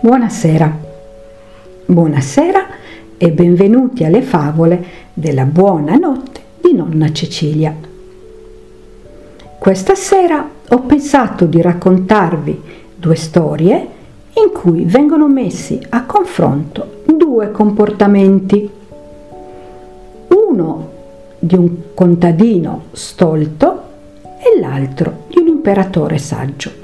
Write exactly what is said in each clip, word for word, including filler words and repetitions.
Buonasera, buonasera e benvenuti alle favole della buonanotte di nonna Cecilia. Questa sera ho pensato di raccontarvi due storie in cui vengono messi a confronto due comportamenti. Uno di un contadino stolto e l'altro di un imperatore saggio.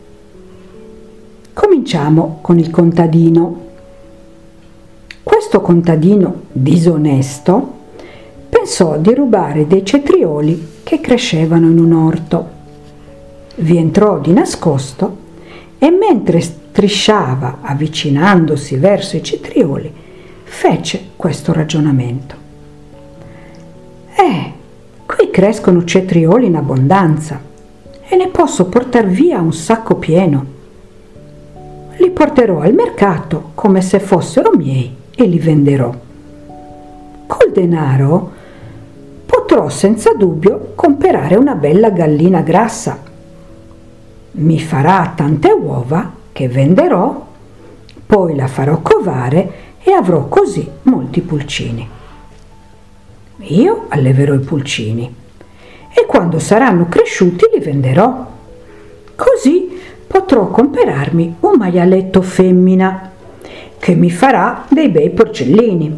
Cominciamo con il contadino. Questo contadino disonesto pensò di rubare dei cetrioli che crescevano in un orto. Vi entrò di nascosto e mentre strisciava avvicinandosi verso i cetrioli fece questo ragionamento. Eh, qui crescono cetrioli in abbondanza e ne posso portar via un sacco pieno. Li porterò al mercato come se fossero miei e li venderò. Col denaro potrò senza dubbio comprare una bella gallina grassa. Mi farà tante uova che venderò, poi la farò covare e avrò così molti pulcini. Io alleverò i pulcini e quando saranno cresciuti li venderò. Così potrò comperarmi un maialetto femmina che mi farà dei bei porcellini.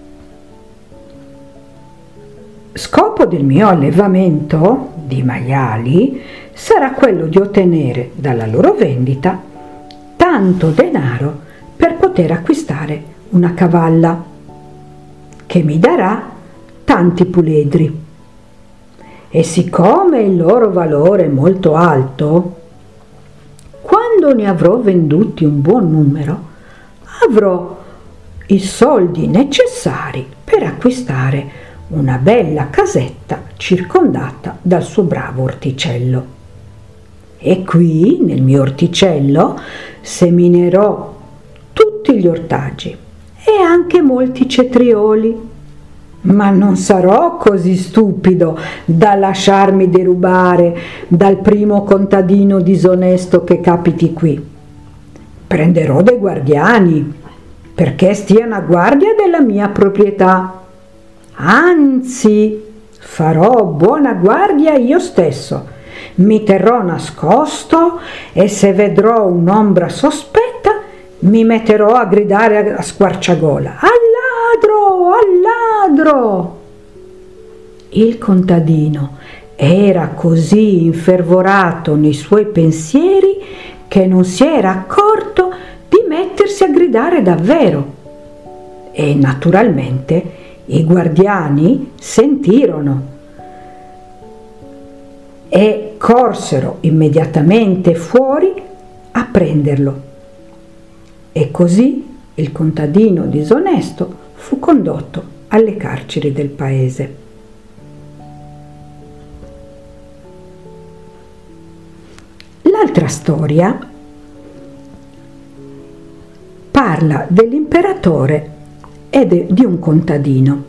Scopo del mio allevamento di maiali sarà quello di ottenere dalla loro vendita tanto denaro per poter acquistare una cavalla che mi darà tanti puledri. E siccome il loro valore è molto alto, quando ne avrò venduti un buon numero, avrò i soldi necessari per acquistare una bella casetta circondata dal suo bravo orticello. E qui, nel mio orticello, seminerò tutti gli ortaggi e anche molti cetrioli. Ma non sarò così stupido da lasciarmi derubare dal primo contadino disonesto che capiti qui. Prenderò dei guardiani perché stiano a guardia della mia proprietà. Anzi, farò buona guardia io stesso. Mi terrò nascosto e se vedrò un'ombra sospetta mi metterò a gridare a squarciagola: al ladro, al ladro! Il contadino era così infervorato nei suoi pensieri che non si era accorto di mettersi a gridare davvero. E naturalmente i guardiani sentirono e corsero immediatamente fuori a prenderlo. E così il contadino disonesto fu condotto alle carceri del paese. L'altra storia parla dell'imperatore e de- di un contadino.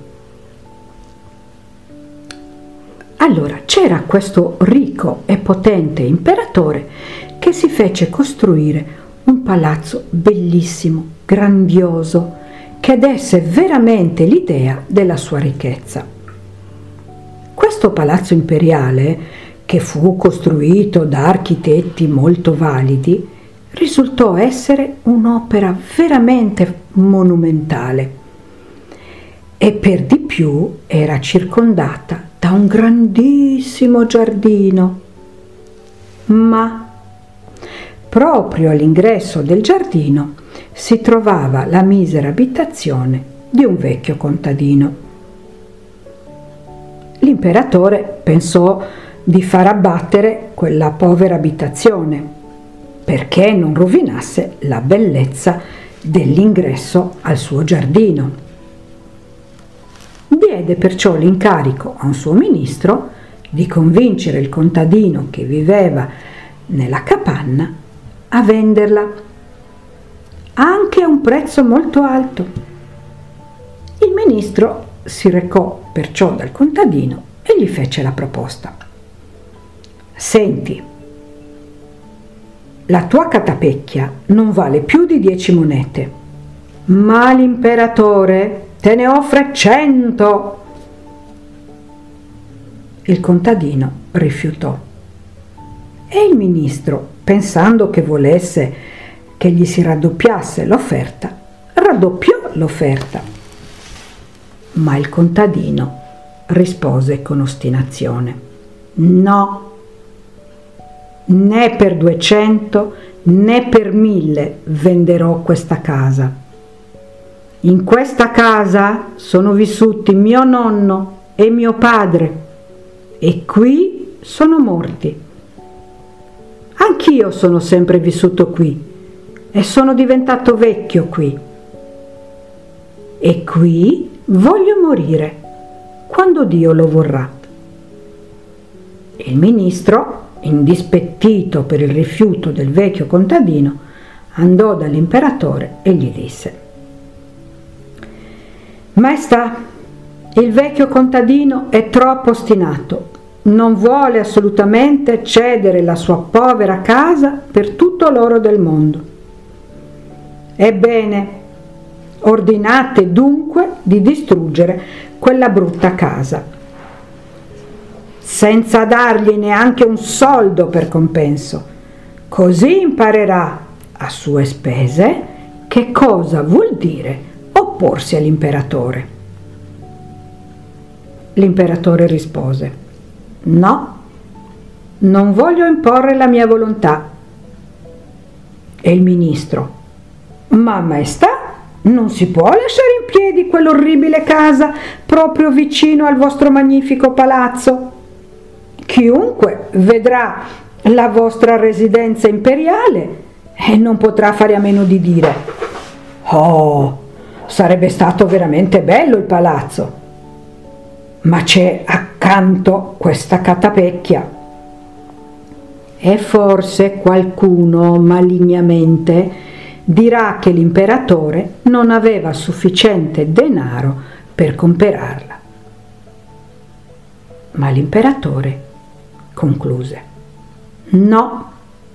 Allora, c'era questo ricco e potente imperatore che si fece costruire un palazzo bellissimo, grandioso, che desse veramente l'idea della sua ricchezza. Questo palazzo imperiale, che fu costruito da architetti molto validi, risultò essere un'opera veramente monumentale e per di più era circondata da un grandissimo giardino. Ma proprio all'ingresso del giardino si trovava la misera abitazione di un vecchio contadino. L'imperatore pensò di far abbattere quella povera abitazione perché non rovinasse la bellezza dell'ingresso al suo giardino. Diede perciò l'incarico a un suo ministro di convincere il contadino che viveva nella capanna a venderla, anche a un prezzo molto alto. Il ministro si recò perciò dal contadino e gli fece la proposta: «Senti, la tua catapecchia non vale più di dieci monete, ma l'imperatore te ne offre cento. Il contadino rifiutò e il ministro, pensando che volesse che gli si raddoppiasse l'offerta, raddoppiò l'offerta. Ma il contadino rispose con ostinazione: no, né per duecento né per mille venderò questa casa. In questa casa sono vissuti mio nonno e mio padre e qui sono morti. Anch'io sono sempre vissuto qui e sono diventato vecchio qui. E qui voglio morire quando Dio lo vorrà. Il ministro, indispettito per il rifiuto del vecchio contadino, andò dall'imperatore e gli disse: Maestà, il vecchio contadino è troppo ostinato, non vuole assolutamente cedere la sua povera casa per tutto l'oro del mondo. Ebbene, ordinate dunque di distruggere quella brutta casa, senza dargli neanche un soldo per compenso, così imparerà a sue spese che cosa vuol dire opporsi all'imperatore. L'imperatore rispose: no, non voglio imporre la mia volontà. E il ministro: ma maestà, non si può lasciare in piedi quell'orribile casa proprio vicino al vostro magnifico palazzo. Chiunque vedrà la vostra residenza imperiale e non potrà fare a meno di dire: oh, sarebbe stato veramente bello il palazzo, ma c'è accanto questa catapecchia. E forse qualcuno malignamente dirà che l'imperatore non aveva sufficiente denaro per comperarla. Ma l'imperatore concluse: no,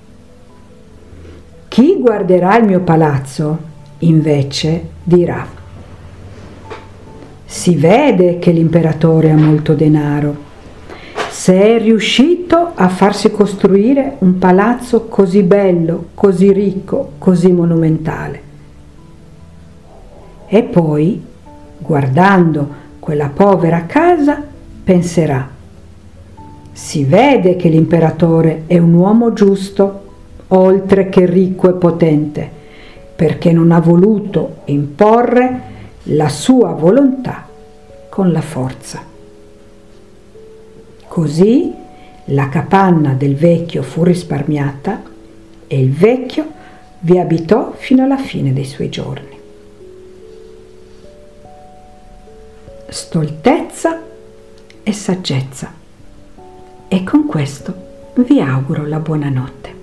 chi guarderà il mio palazzo invece dirà: si vede che l'imperatore ha molto denaro, se è riuscito a farsi costruire un palazzo così bello, così ricco, così monumentale. E poi, guardando quella povera casa, penserà: si vede che l'imperatore è un uomo giusto, oltre che ricco e potente, perché non ha voluto imporre la sua volontà con la forza. Così la capanna del vecchio fu risparmiata e il vecchio vi abitò fino alla fine dei suoi giorni. Stoltezza e saggezza. E con questo vi auguro la buonanotte.